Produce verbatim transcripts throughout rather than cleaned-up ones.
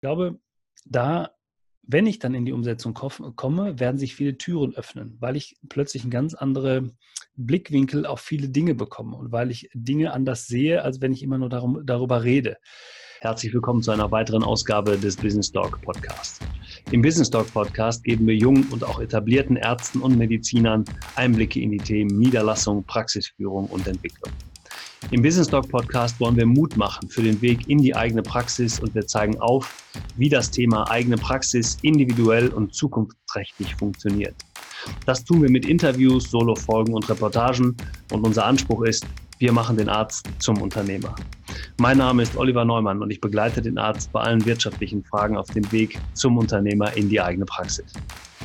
Ich glaube, da wenn ich dann in die Umsetzung koff komme, werden sich viele Türen öffnen, weil ich plötzlich 'n ganz andere Blickwinkel auf viele Dinge bekomme und weil ich Dinge anders sehe, als wenn ich immer nur darum darüber rede. Herzlich willkommen zu einer weiteren Ausgabe des Business Doc Podcast. Im Business Doc Podcast geben wir jungen und auch etablierten Ärzten und Medizinern Einblicke in die Themen Niederlassung, Praxisführung und Entwicklung. Im Business Doc Podcast wollen wir Mut machen für den Weg in die eigene Praxis und wir zeigen auf, wie das Thema eigene Praxis individuell und zukunftsträchtig funktioniert. Das tun wir mit Interviews, Solo-Folgen und Reportagen und unser Anspruch ist, wir machen den Arzt zum Unternehmer. Mein Name ist Oliver Neumann und ich begleite den Arzt bei allen wirtschaftlichen Fragen auf dem Weg zum Unternehmer in die eigene Praxis.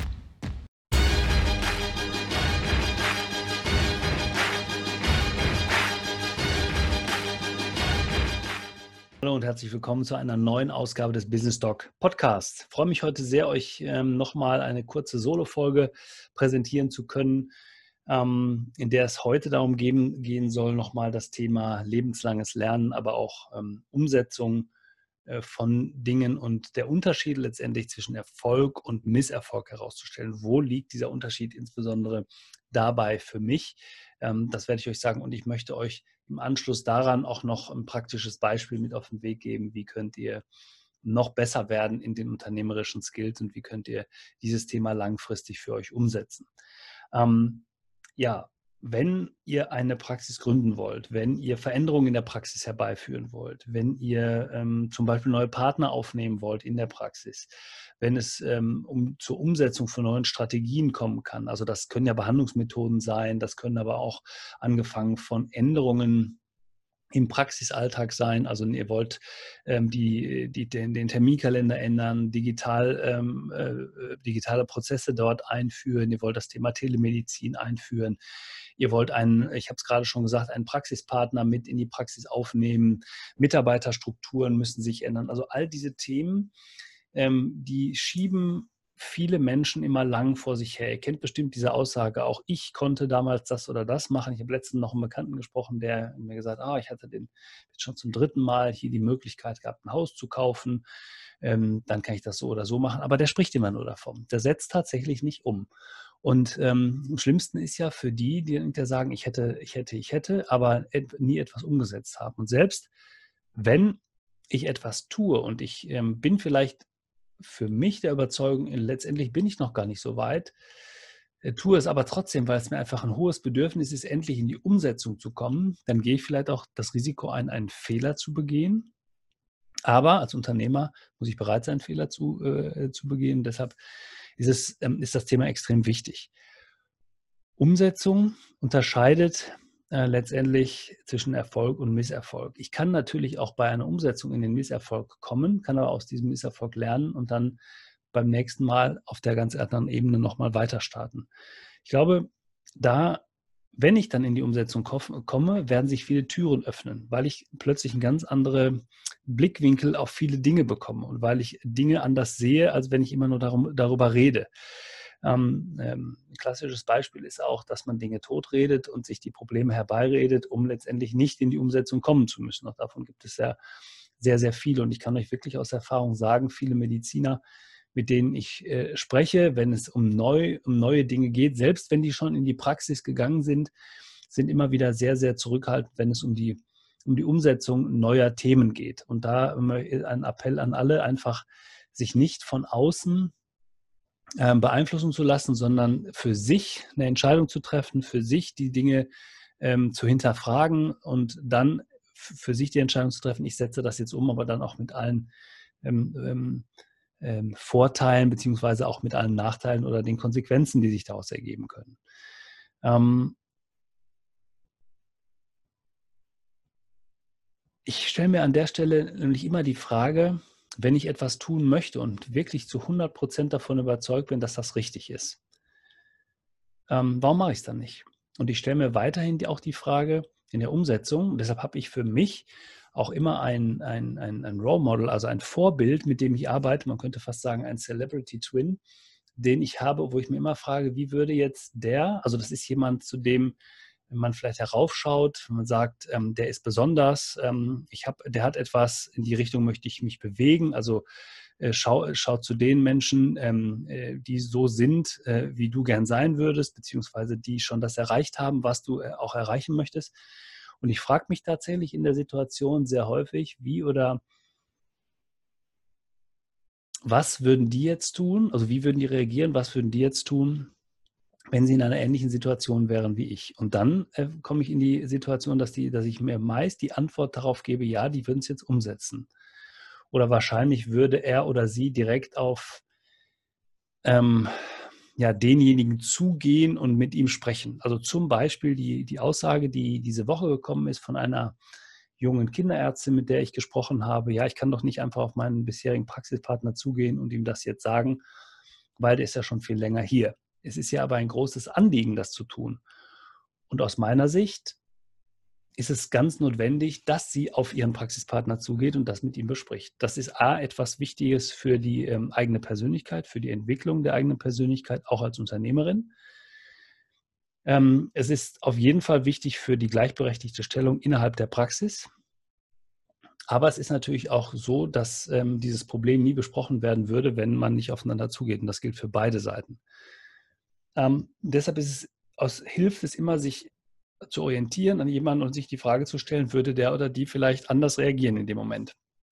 Hallo und herzlich willkommen zu einer neuen Ausgabe des Business Doc Podcasts. Ich freue mich heute sehr, euch ähm, nochmal eine kurze Solo-Folge präsentieren zu können, ähm, in der es heute darum gehen, gehen soll, nochmal das Thema lebenslanges Lernen, aber auch ähm, Umsetzung äh, von Dingen und der Unterschied letztendlich zwischen Erfolg und Misserfolg herauszustellen. Wo liegt dieser Unterschied insbesondere dabei für mich? Ähm, das werde ich euch sagen und ich möchte euch im Anschluss daran auch noch ein praktisches Beispiel mit auf den Weg geben. Wie könnt ihr noch besser werden in den unternehmerischen Skills und wie könnt ihr dieses Thema langfristig für euch umsetzen? Ähm, ja, wenn ihr eine Praxis gründen wollt, wenn ihr Veränderungen in der Praxis herbeiführen wollt, wenn ihr ähm, zum Beispiel neue Partner aufnehmen wollt in der Praxis, wenn es ähm, um, zur Umsetzung von neuen Strategien kommen kann, also das können ja Behandlungsmethoden sein, das können aber auch angefangen von Änderungen im Praxisalltag sein. Also ihr wollt ähm, die, die, den, den Terminkalender ändern, digital, ähm, äh, digitale Prozesse dort einführen, ihr wollt das Thema Telemedizin einführen, ihr wollt einen, ich habe es gerade schon gesagt, einen Praxispartner mit in die Praxis aufnehmen, Mitarbeiterstrukturen müssen sich ändern. Also all diese Themen, ähm, die schieben viele Menschen immer lang vor sich her. Ihr kennt bestimmt diese Aussage, auch ich konnte damals das oder das machen. Ich habe letztens noch einen Bekannten gesprochen, der mir gesagt hat, ah, ich hatte den, jetzt schon zum dritten Mal hier die Möglichkeit gehabt, ein Haus zu kaufen. Ähm, dann kann ich das so oder so machen. Aber der spricht immer nur davon. Der setzt tatsächlich nicht um. Und ähm, am schlimmsten ist ja für die, die hinterher sagen, ich hätte, ich hätte, ich hätte, aber et- nie etwas umgesetzt haben. Und selbst wenn ich etwas tue und ich ähm, bin vielleicht für mich der Überzeugung, letztendlich bin ich noch gar nicht so weit, äh, tue es aber trotzdem, weil es mir einfach ein hohes Bedürfnis ist, endlich in die Umsetzung zu kommen, dann gehe ich vielleicht auch das Risiko ein, einen Fehler zu begehen. Aber als Unternehmer muss ich bereit sein, Fehler zu, äh, zu begehen. Deshalb ist, es, ähm, ist das Thema extrem wichtig. Umsetzung unterscheidet äh, letztendlich zwischen Erfolg und Misserfolg. Ich kann natürlich auch bei einer Umsetzung in den Misserfolg kommen, kann aber aus diesem Misserfolg lernen und dann beim nächsten Mal auf der ganz anderen Ebene nochmal weiter starten. Ich glaube, da, wenn ich dann in die Umsetzung komme, werden sich viele Türen öffnen, weil ich plötzlich einen ganz anderen Blickwinkel auf viele Dinge bekomme und weil ich Dinge anders sehe, als wenn ich immer nur darum, darüber rede. Ähm, ähm, ein klassisches Beispiel ist auch, dass man Dinge totredet und sich die Probleme herbeiredet, um letztendlich nicht in die Umsetzung kommen zu müssen. Auch davon gibt es ja sehr, sehr viele. Und ich kann euch wirklich aus Erfahrung sagen, viele Mediziner, mit denen ich äh, spreche, wenn es um, neu, um neue Dinge geht, selbst wenn die schon in die Praxis gegangen sind, sind immer wieder sehr, sehr zurückhaltend, wenn es um die, um die Umsetzung neuer Themen geht. Und da ein Appell an alle, einfach sich nicht von außen ähm, beeinflussen zu lassen, sondern für sich eine Entscheidung zu treffen, für sich die Dinge ähm, zu hinterfragen und dann für sich die Entscheidung zu treffen, ich setze das jetzt um, aber dann auch mit allen ähm, ähm, ähm, Vorteilen beziehungsweise auch mit allen Nachteilen oder den Konsequenzen, die sich daraus ergeben können. Ähm, ich stelle mir an der Stelle nämlich immer die Frage, wenn ich etwas tun möchte und wirklich zu hundert Prozent davon überzeugt bin, dass das richtig ist, ähm, warum mache ich es dann nicht? Und ich stelle mir weiterhin die, auch die Frage in der Umsetzung, und deshalb habe ich für mich auch immer ein, ein, ein, ein Role Model, also ein Vorbild, mit dem ich arbeite, man könnte fast sagen ein Celebrity Twin, den ich habe, wo ich mir immer frage, wie würde jetzt der, also das ist jemand, zu dem wenn man vielleicht heraufschaut, wenn man sagt, ähm, der ist besonders, ähm, ich hab, der hat etwas, in die Richtung möchte ich mich bewegen, also äh, schau, schau zu den Menschen, ähm, äh, die so sind, äh, wie du gern sein würdest, beziehungsweise die schon das erreicht haben, was du äh, auch erreichen möchtest. Und ich frage mich tatsächlich in der Situation sehr häufig, wie oder was würden die jetzt tun? Also wie würden die reagieren? Was würden die jetzt tun, wenn sie in einer ähnlichen Situation wären wie ich? Und dann äh, komme ich in die Situation, dass, die, dass ich mir meist die Antwort darauf gebe, ja, die würden es jetzt umsetzen. Oder wahrscheinlich würde er oder sie direkt auf ähm, ja, denjenigen zugehen und mit ihm sprechen. Also zum Beispiel die, die Aussage, die diese Woche gekommen ist von einer jungen Kinderärztin, mit der ich gesprochen habe. Ja, ich kann doch nicht einfach auf meinen bisherigen Praxispartner zugehen und ihm das jetzt sagen, weil der ist ja schon viel länger hier. Es ist ja aber ein großes Anliegen, das zu tun. Und aus meiner Sicht ist es ganz notwendig, dass sie auf ihren Praxispartner zugeht und das mit ihm bespricht. Das ist A, etwas Wichtiges für die ähm, eigene Persönlichkeit, für die Entwicklung der eigenen Persönlichkeit, auch als Unternehmerin. Ähm, es ist auf jeden Fall wichtig für die gleichberechtigte Stellung innerhalb der Praxis. Aber es ist natürlich auch so, dass ähm, dieses Problem nie besprochen werden würde, wenn man nicht aufeinander zugeht. Und das gilt für beide Seiten. Ähm, deshalb ist es aus, hilft es immer, sich zu orientieren an jemanden und sich die Frage zu stellen, würde der oder die vielleicht anders reagieren in dem Moment?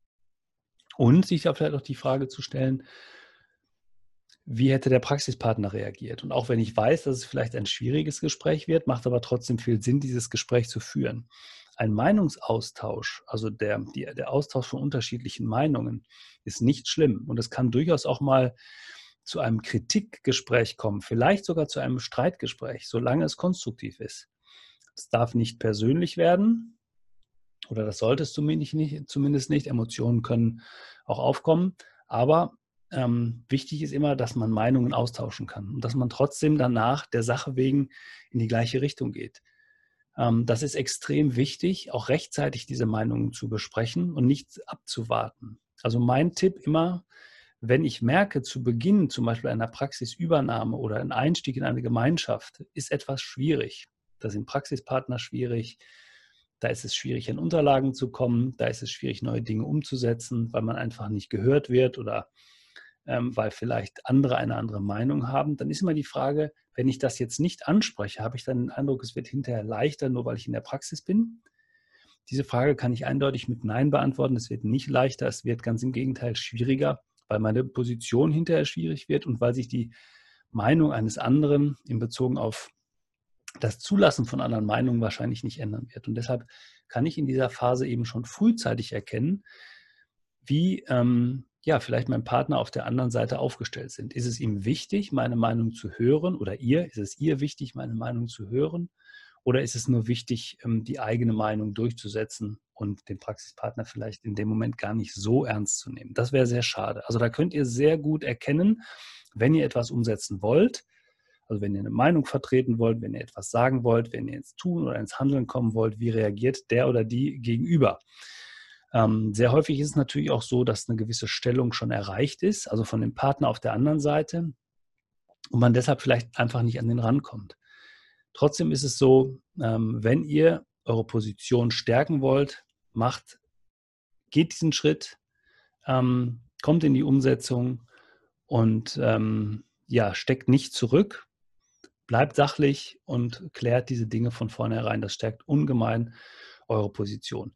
Und sich da vielleicht auch die Frage zu stellen, wie hätte der Praxispartner reagiert? Und auch wenn ich weiß, dass es vielleicht ein schwieriges Gespräch wird, macht aber trotzdem viel Sinn, dieses Gespräch zu führen. Ein Meinungsaustausch, also der, die, der Austausch von unterschiedlichen Meinungen, ist nicht schlimm. Und es kann durchaus auch mal zu einem Kritikgespräch kommen, vielleicht sogar zu einem Streitgespräch, solange es konstruktiv ist. Es darf nicht persönlich werden, oder das sollte es zumindest nicht. Zumindest nicht. Emotionen können auch aufkommen, aber ähm, wichtig ist immer, dass man Meinungen austauschen kann und dass man trotzdem danach der Sache wegen in die gleiche Richtung geht. Ähm, das ist extrem wichtig, auch rechtzeitig diese Meinungen zu besprechen und nicht abzuwarten. Also mein Tipp immer, wenn ich merke, zu Beginn zum Beispiel einer Praxisübernahme oder ein Einstieg in eine Gemeinschaft ist etwas schwierig. Da sind Praxispartner schwierig, da ist es schwierig, an Unterlagen zu kommen, da ist es schwierig, neue Dinge umzusetzen, weil man einfach nicht gehört wird oder ähm, weil vielleicht andere eine andere Meinung haben. Dann ist immer die Frage, wenn ich das jetzt nicht anspreche, habe ich dann den Eindruck, es wird hinterher leichter, nur weil ich in der Praxis bin? Diese Frage kann ich eindeutig mit Nein beantworten. Es wird nicht leichter, es wird ganz im Gegenteil schwieriger, weil meine Position hinterher schwierig wird und weil sich die Meinung eines anderen in Bezug auf das Zulassen von anderen Meinungen wahrscheinlich nicht ändern wird. Und deshalb kann ich in dieser Phase eben schon frühzeitig erkennen, wie ähm, ja, vielleicht mein Partner auf der anderen Seite aufgestellt sind. Ist es ihm wichtig, meine Meinung zu hören, oder ihr, ist es ihr wichtig, meine Meinung zu hören? Oder ist es nur wichtig, ähm, die eigene Meinung durchzusetzen und den Praxispartner vielleicht in dem Moment gar nicht so ernst zu nehmen? Das wäre sehr schade. Also da könnt ihr sehr gut erkennen, wenn ihr etwas umsetzen wollt, also wenn ihr eine Meinung vertreten wollt, wenn ihr etwas sagen wollt, wenn ihr ins Tun oder ins Handeln kommen wollt, wie reagiert der oder die gegenüber? Ähm, sehr häufig ist es natürlich auch so, dass eine gewisse Stellung schon erreicht ist, also von dem Partner auf der anderen Seite, und man deshalb vielleicht einfach nicht an den rankommt. Trotzdem ist es so, ähm, wenn ihr eure Position stärken wollt, macht, geht diesen Schritt, ähm, kommt in die Umsetzung und ähm, ja, steckt nicht zurück, bleibt sachlich und klärt diese Dinge von vornherein. Das stärkt ungemein eure Position.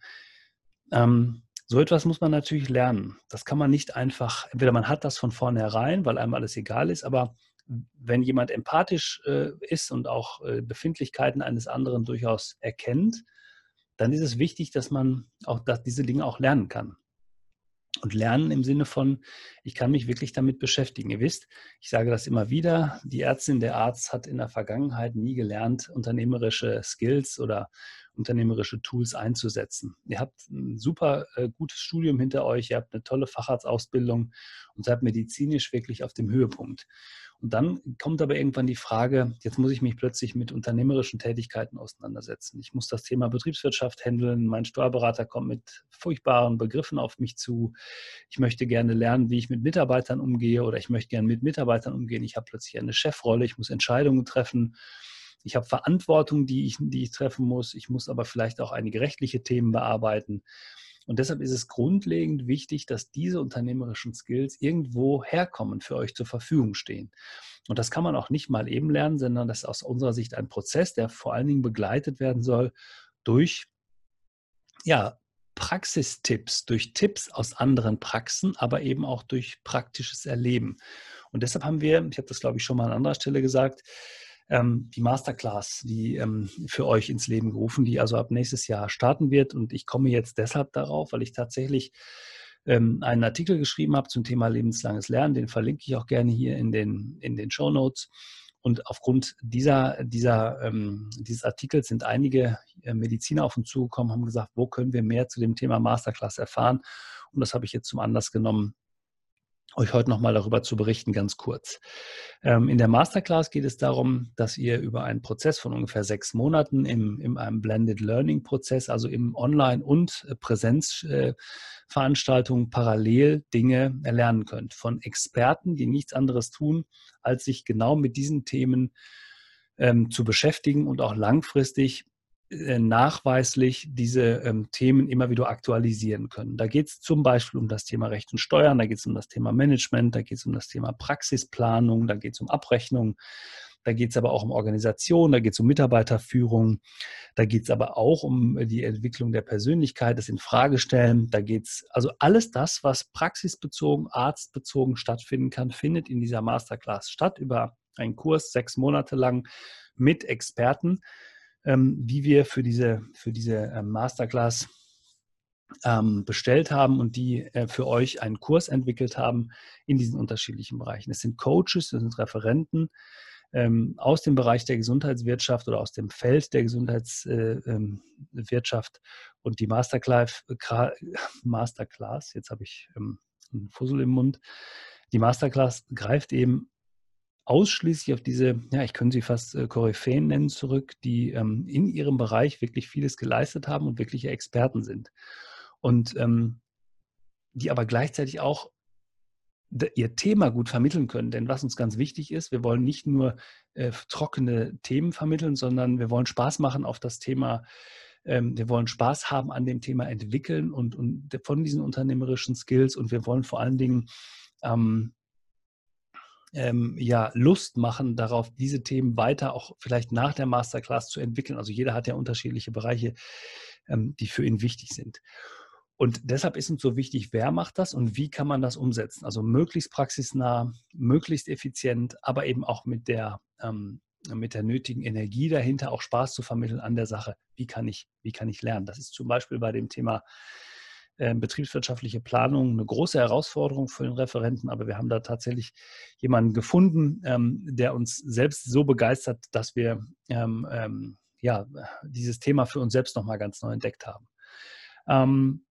Ähm, so etwas muss man natürlich lernen. Das kann man nicht einfach, entweder man hat das von vornherein, weil einem alles egal ist, aber wenn jemand empathisch äh, ist und auch äh, Befindlichkeiten eines anderen durchaus erkennt, dann ist es wichtig, dass man auch dass diese Dinge auch lernen kann. Und lernen im Sinne von, ich kann mich wirklich damit beschäftigen. Ihr wisst, ich sage das immer wieder, die Ärztin, der Arzt hat in der Vergangenheit nie gelernt, unternehmerische Skills oder unternehmerische Tools einzusetzen. Ihr habt ein super äh, gutes Studium hinter euch, ihr habt eine tolle Facharztausbildung und seid medizinisch wirklich auf dem Höhepunkt. Und dann kommt aber irgendwann die Frage, jetzt muss ich mich plötzlich mit unternehmerischen Tätigkeiten auseinandersetzen. Ich muss das Thema Betriebswirtschaft handeln, mein Steuerberater kommt mit furchtbaren Begriffen auf mich zu. Ich möchte gerne lernen, wie ich mit Mitarbeitern umgehe, oder ich möchte gerne mit Mitarbeitern umgehen. Ich habe plötzlich eine Chefrolle, ich muss Entscheidungen treffen. Ich habe Verantwortung, die ich, die ich treffen muss. Ich muss aber vielleicht auch einige rechtliche Themen bearbeiten. Und deshalb ist es grundlegend wichtig, dass diese unternehmerischen Skills irgendwo herkommen, für euch zur Verfügung stehen. Und das kann man auch nicht mal eben lernen, sondern das ist aus unserer Sicht ein Prozess, der vor allen Dingen begleitet werden soll durch ja, Praxistipps, durch Tipps aus anderen Praxen, aber eben auch durch praktisches Erleben. Und deshalb haben wir, ich habe das glaube ich schon mal an anderer Stelle gesagt, ähm, die Masterclass, die ähm, für euch ins Leben gerufen, die also ab nächstes Jahr starten wird. Und ich komme jetzt deshalb darauf, weil ich tatsächlich ähm, einen Artikel geschrieben habe zum Thema lebenslanges Lernen. Den verlinke ich auch gerne hier in den, in den Shownotes. Und aufgrund dieser, dieser, ähm, dieses Artikels sind einige äh, Mediziner auf uns zugekommen, haben gesagt, wo können wir mehr zu dem Thema Masterclass erfahren? Und das habe ich jetzt zum Anlass genommen, euch heute nochmal darüber zu berichten, ganz kurz. Ähm, in der Masterclass geht es darum, dass ihr über einen Prozess von ungefähr sechs Monaten im, in einem Blended Learning Prozess, also im Online- und Präsenzveranstaltungen äh, parallel Dinge erlernen könnt. Von Experten, die nichts anderes tun, als sich genau mit diesen Themen ähm, zu beschäftigen und auch langfristig nachweislich diese ähm, Themen immer wieder aktualisieren können. Da geht es zum Beispiel um das Thema Recht und Steuern, da geht es um das Thema Management, da geht es um das Thema Praxisplanung, da geht es um Abrechnung, da geht es aber auch um Organisation, da geht es um Mitarbeiterführung, da geht es aber auch um die Entwicklung der Persönlichkeit, das Infragestellen, da geht es, also alles das, was praxisbezogen, arztbezogen stattfinden kann, findet in dieser Masterclass statt, über einen Kurs, sechs Monate lang mit Experten, Ähm, die wir für diese, für diese ähm, Masterclass ähm, bestellt haben und die äh, für euch einen Kurs entwickelt haben in diesen unterschiedlichen Bereichen. Es sind Coaches, es sind Referenten ähm, aus dem Bereich der Gesundheitswirtschaft oder aus dem Feld der Gesundheitswirtschaft äh, ähm, und die Masterclass, Masterclass, jetzt habe ich ähm, einen Fussel im Mund, die Masterclass greift eben ausschließlich auf diese, ja, ich könnte sie fast äh, Koryphäen nennen, zurück, die ähm, in ihrem Bereich wirklich vieles geleistet haben und wirkliche Experten sind. Und ähm, die aber gleichzeitig auch ihr Thema gut vermitteln können. Denn was uns ganz wichtig ist, wir wollen nicht nur äh, trockene Themen vermitteln, sondern wir wollen Spaß machen auf das Thema. Ähm, wir wollen Spaß haben an dem Thema entwickeln und, und von diesen unternehmerischen Skills. Und wir wollen vor allen Dingen ähm, Ähm, ja, Lust machen darauf, diese Themen weiter auch vielleicht nach der Masterclass zu entwickeln. Also jeder hat ja unterschiedliche Bereiche, ähm, die für ihn wichtig sind. Und deshalb ist uns so wichtig, wer macht das und wie kann man das umsetzen? Also möglichst praxisnah, möglichst effizient, aber eben auch mit der, ähm, mit der nötigen Energie dahinter, auch Spaß zu vermitteln an der Sache. Wie kann ich, wie kann ich lernen? Das ist zum Beispiel bei dem Thema äh, betriebswirtschaftliche Planung eine große Herausforderung für den Referenten, aber wir haben da tatsächlich jemanden gefunden, ähm, der uns selbst so begeistert, dass wir ähm, ähm, ja, dieses Thema für uns selbst nochmal ganz neu entdeckt haben. Ähm,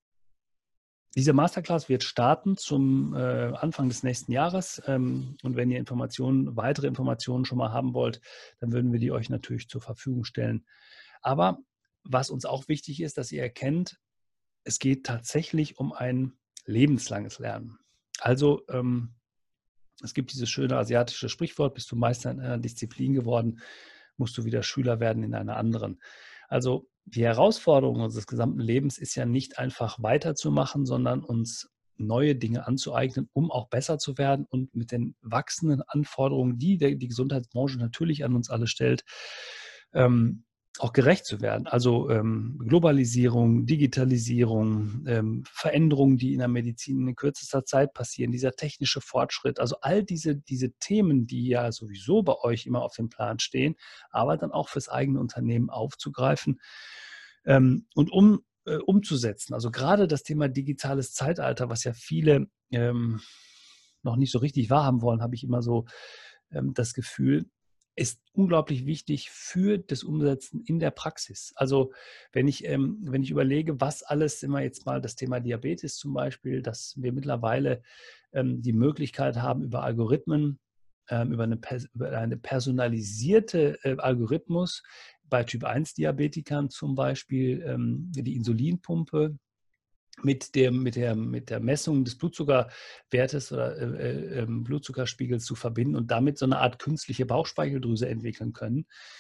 Diese Masterclass wird starten zum äh, Anfang des nächsten Jahres. Ähm, und wenn ihr Informationen, weitere Informationen schon mal haben wollt, dann würden wir die euch natürlich zur Verfügung stellen. Aber was uns auch wichtig ist, dass ihr erkennt, es geht tatsächlich um ein lebenslanges Lernen. Also ähm, es gibt dieses schöne asiatische Sprichwort, bist du Meister in einer Disziplin geworden, musst du wieder Schüler werden in einer anderen. Also die Herausforderung unseres gesamten Lebens ist ja nicht einfach weiterzumachen, sondern uns neue Dinge anzueignen, um auch besser zu werden und mit den wachsenden Anforderungen, die die Gesundheitsbranche natürlich an uns alle stellt, ähm, auch gerecht zu werden. Also ähm, Globalisierung, Digitalisierung, ähm, Veränderungen, die in der Medizin in kürzester Zeit passieren, dieser technische Fortschritt, also all diese, diese Themen, die ja sowieso bei euch immer auf dem Plan stehen, aber dann auch fürs eigene Unternehmen aufzugreifen ähm, und um, äh, umzusetzen. Also gerade das Thema digitales Zeitalter, was ja viele ähm, noch nicht so richtig wahrhaben wollen, habe ich immer so ähm, das Gefühl, ist unglaublich wichtig für das Umsetzen in der Praxis. Also wenn ich, ähm, wenn ich überlege, was alles, immer jetzt mal das Thema Diabetes zum Beispiel, dass wir mittlerweile ähm, die Möglichkeit haben, über Algorithmen, ähm, über, eine, über eine personalisierte äh, Algorithmus bei Typ eins Diabetikern zum Beispiel ähm, die Insulinpumpe mit dem, mit der, mit der Messung des Blutzuckerwertes oder äh, äh, Blutzuckerspiegels zu verbinden und damit so eine Art künstliche Bauchspeicheldrüse entwickeln können,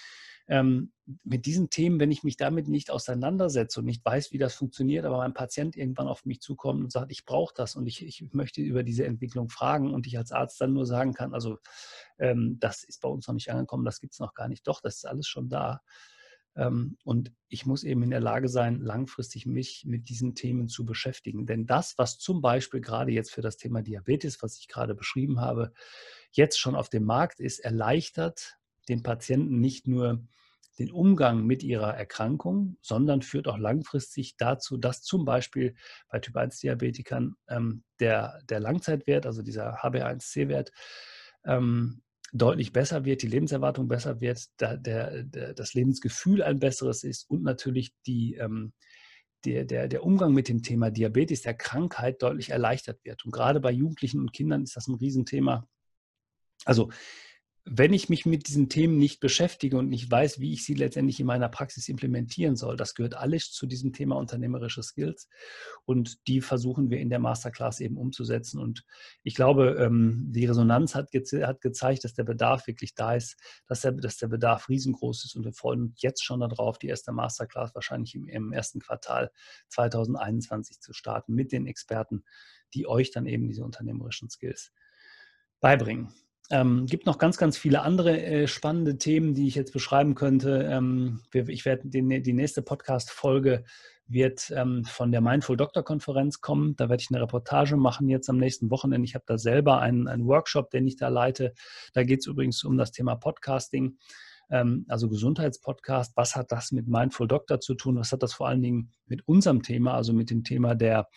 ähm, mit diesen Themen, wenn ich mich damit nicht auseinandersetze und nicht weiß, wie das funktioniert, aber mein Patient irgendwann auf mich zukommt und sagt, ich brauche das und ich, ich möchte über diese Entwicklung fragen und ich als Arzt dann nur sagen kann, also ähm, das ist bei uns noch nicht angekommen, das gibt es noch gar nicht. Doch, das ist alles schon da. Ähm, und ich muss eben in der Lage sein, langfristig mich mit diesen Themen zu beschäftigen. Denn das, was zum Beispiel gerade jetzt für das Thema Diabetes, was ich gerade beschrieben habe, jetzt schon auf dem Markt ist, erleichtert den Patienten nicht nur den Umgang mit ihrer Erkrankung, sondern führt auch langfristig dazu, dass zum Beispiel bei Typ eins Diabetikern ähm, der, der Langzeitwert, also dieser H b A eins C Wert, ähm, deutlich besser wird, die Lebenserwartung besser wird, da der, der, das Lebensgefühl ein besseres ist und natürlich die, ähm, der, der, der Umgang mit dem Thema Diabetes, der Krankheit, deutlich erleichtert wird. Und gerade bei Jugendlichen und Kindern ist das ein Riesenthema. Also wenn ich mich mit diesen Themen nicht beschäftige und nicht weiß, wie ich sie letztendlich in meiner Praxis implementieren soll, das gehört alles zu diesem Thema unternehmerische Skills und die versuchen wir in der Masterclass eben umzusetzen. Und ich glaube, ähm, die Resonanz hat, ge hat gezeigt, dass der Bedarf wirklich da ist, dass der, dass der Bedarf riesengroß ist und wir freuen uns jetzt schon darauf, die erste Masterclass wahrscheinlich im, im ersten Quartal zweitausendeinundzwanzig zu starten mit den Experten, die euch dann eben diese unternehmerischen Skills beibringen. Ähm, gibt noch ganz, ganz viele andere äh, spannende Themen, die ich jetzt beschreiben könnte. Ähm, wir, ich werde die, die nächste Podcast-Folge wird ähm, von der Mindful Doctor Konferenz kommen. Da werde ich eine Reportage machen jetzt am nächsten Wochenende. Ich habe da selber einen, einen Workshop, den ich da leite. Da geht es übrigens um das Thema Podcasting, ähm, also Gesundheitspodcast. Was hat das mit Mindful Doctor zu tun? Was hat das vor allen Dingen mit unserem Thema, also mit dem Thema der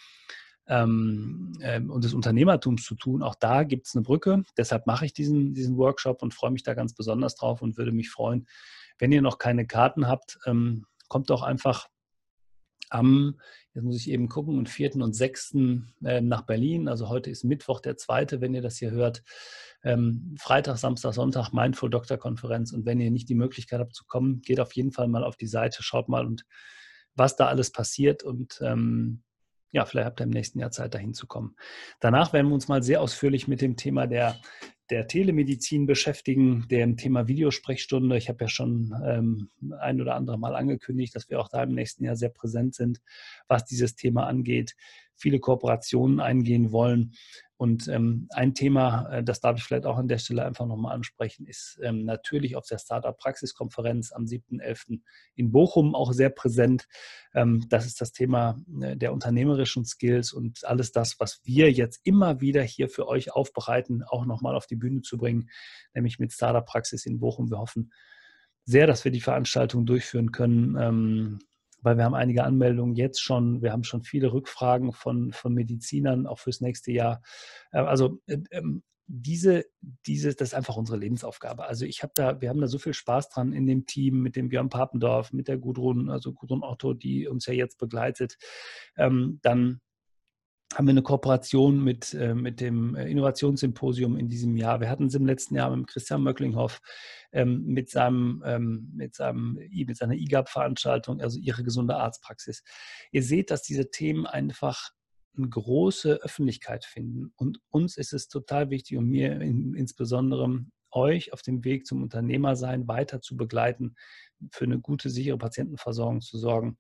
Ähm, ähm, und des Unternehmertums zu tun. Auch da gibt es eine Brücke. Deshalb mache ich diesen, diesen Workshop und freue mich da ganz besonders drauf und würde mich freuen, wenn ihr noch keine Karten habt, ähm, kommt doch einfach am, jetzt muss ich eben gucken, am vierten und sechsten Äh, nach Berlin. Also heute ist Mittwoch der zweite, wenn ihr das hier hört. Ähm, Freitag, Samstag, Sonntag Mindful Doctor Konferenz. Und wenn ihr nicht die Möglichkeit habt zu kommen, geht auf jeden Fall mal auf die Seite, schaut mal und was da alles passiert und ähm, ja, vielleicht habt ihr im nächsten Jahr Zeit, dahin zu kommen. Danach werden wir uns mal sehr ausführlich mit dem Thema der, der Telemedizin beschäftigen, dem Thema Videosprechstunde. Ich habe ja schon ähm, ein oder andere Mal angekündigt, dass wir auch da im nächsten Jahr sehr präsent sind, was dieses Thema angeht, viele Kooperationen eingehen wollen. Und ähm, ein Thema, äh, das darf ich vielleicht auch an der Stelle einfach nochmal ansprechen, ist ähm, natürlich auf der Startup-Praxiskonferenz am siebten elften in Bochum auch sehr präsent. Ähm, das ist das Thema äh, der unternehmerischen Skills und alles das, was wir jetzt immer wieder hier für euch aufbereiten, auch nochmal auf die Bühne zu bringen, nämlich mit Startup-Praxis in Bochum. Wir hoffen sehr, dass wir die Veranstaltung durchführen können. Ähm, weil wir haben einige Anmeldungen jetzt schon, wir haben schon viele Rückfragen von, von Medizinern, auch fürs nächste Jahr. Äh, also äh, ähm, diese, diese, das ist einfach unsere Lebensaufgabe. Also ich habe da, wir haben da so viel Spaß dran in dem Team, mit dem Björn Papendorf, mit der Gudrun, also Gudrun Otto, die uns ja jetzt begleitet. Ähm, dann haben wir eine Kooperation mit, äh, mit dem Innovationssymposium in diesem Jahr. Wir hatten es im letzten Jahr mit Christian Möcklinghoff ähm, mit, seinem, ähm, mit, seinem, mit seiner I G A P-Veranstaltung, also ihre gesunde Arztpraxis. Ihr seht, dass diese Themen einfach eine große Öffentlichkeit finden. Und uns ist es total wichtig und mir in, insbesondere euch auf dem Weg zum Unternehmersein weiter zu begleiten, für eine gute, sichere Patientenversorgung zu sorgen.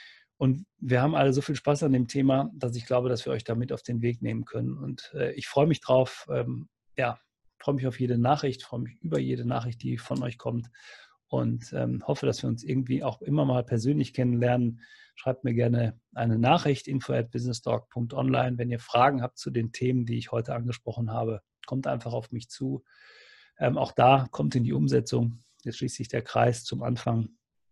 Und wir haben alle so viel Spaß an dem Thema, dass ich glaube, dass wir euch damit auf den Weg nehmen können. Und äh, ich freue mich drauf. Ähm, ja, freue mich auf jede Nachricht, freue mich über jede Nachricht, die von euch kommt. Und ähm, hoffe, dass wir uns irgendwie auch immer mal persönlich kennenlernen. Schreibt mir gerne eine Nachricht, info at businesstalk punkt online. Wenn ihr Fragen habt zu den Themen, die ich heute angesprochen habe, kommt einfach auf mich zu. Ähm, auch da kommt in die Umsetzung. Jetzt schließt sich der Kreis zum Anfang.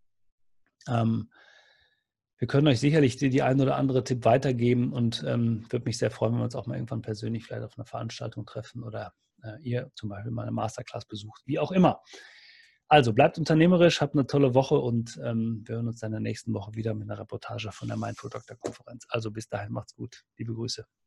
Ähm, Wir können euch sicherlich die, die ein oder andere Tipp weitergeben und ähm, würde mich sehr freuen, wenn wir uns auch mal irgendwann persönlich vielleicht auf einer Veranstaltung treffen oder äh, ihr zum Beispiel mal eine Masterclass besucht, wie auch immer. Also bleibt unternehmerisch, habt eine tolle Woche und ähm, wir hören uns dann in der nächsten Woche wieder mit einer Reportage von der Mindful Doctor Konferenz. Also bis dahin, macht's gut. Liebe Grüße.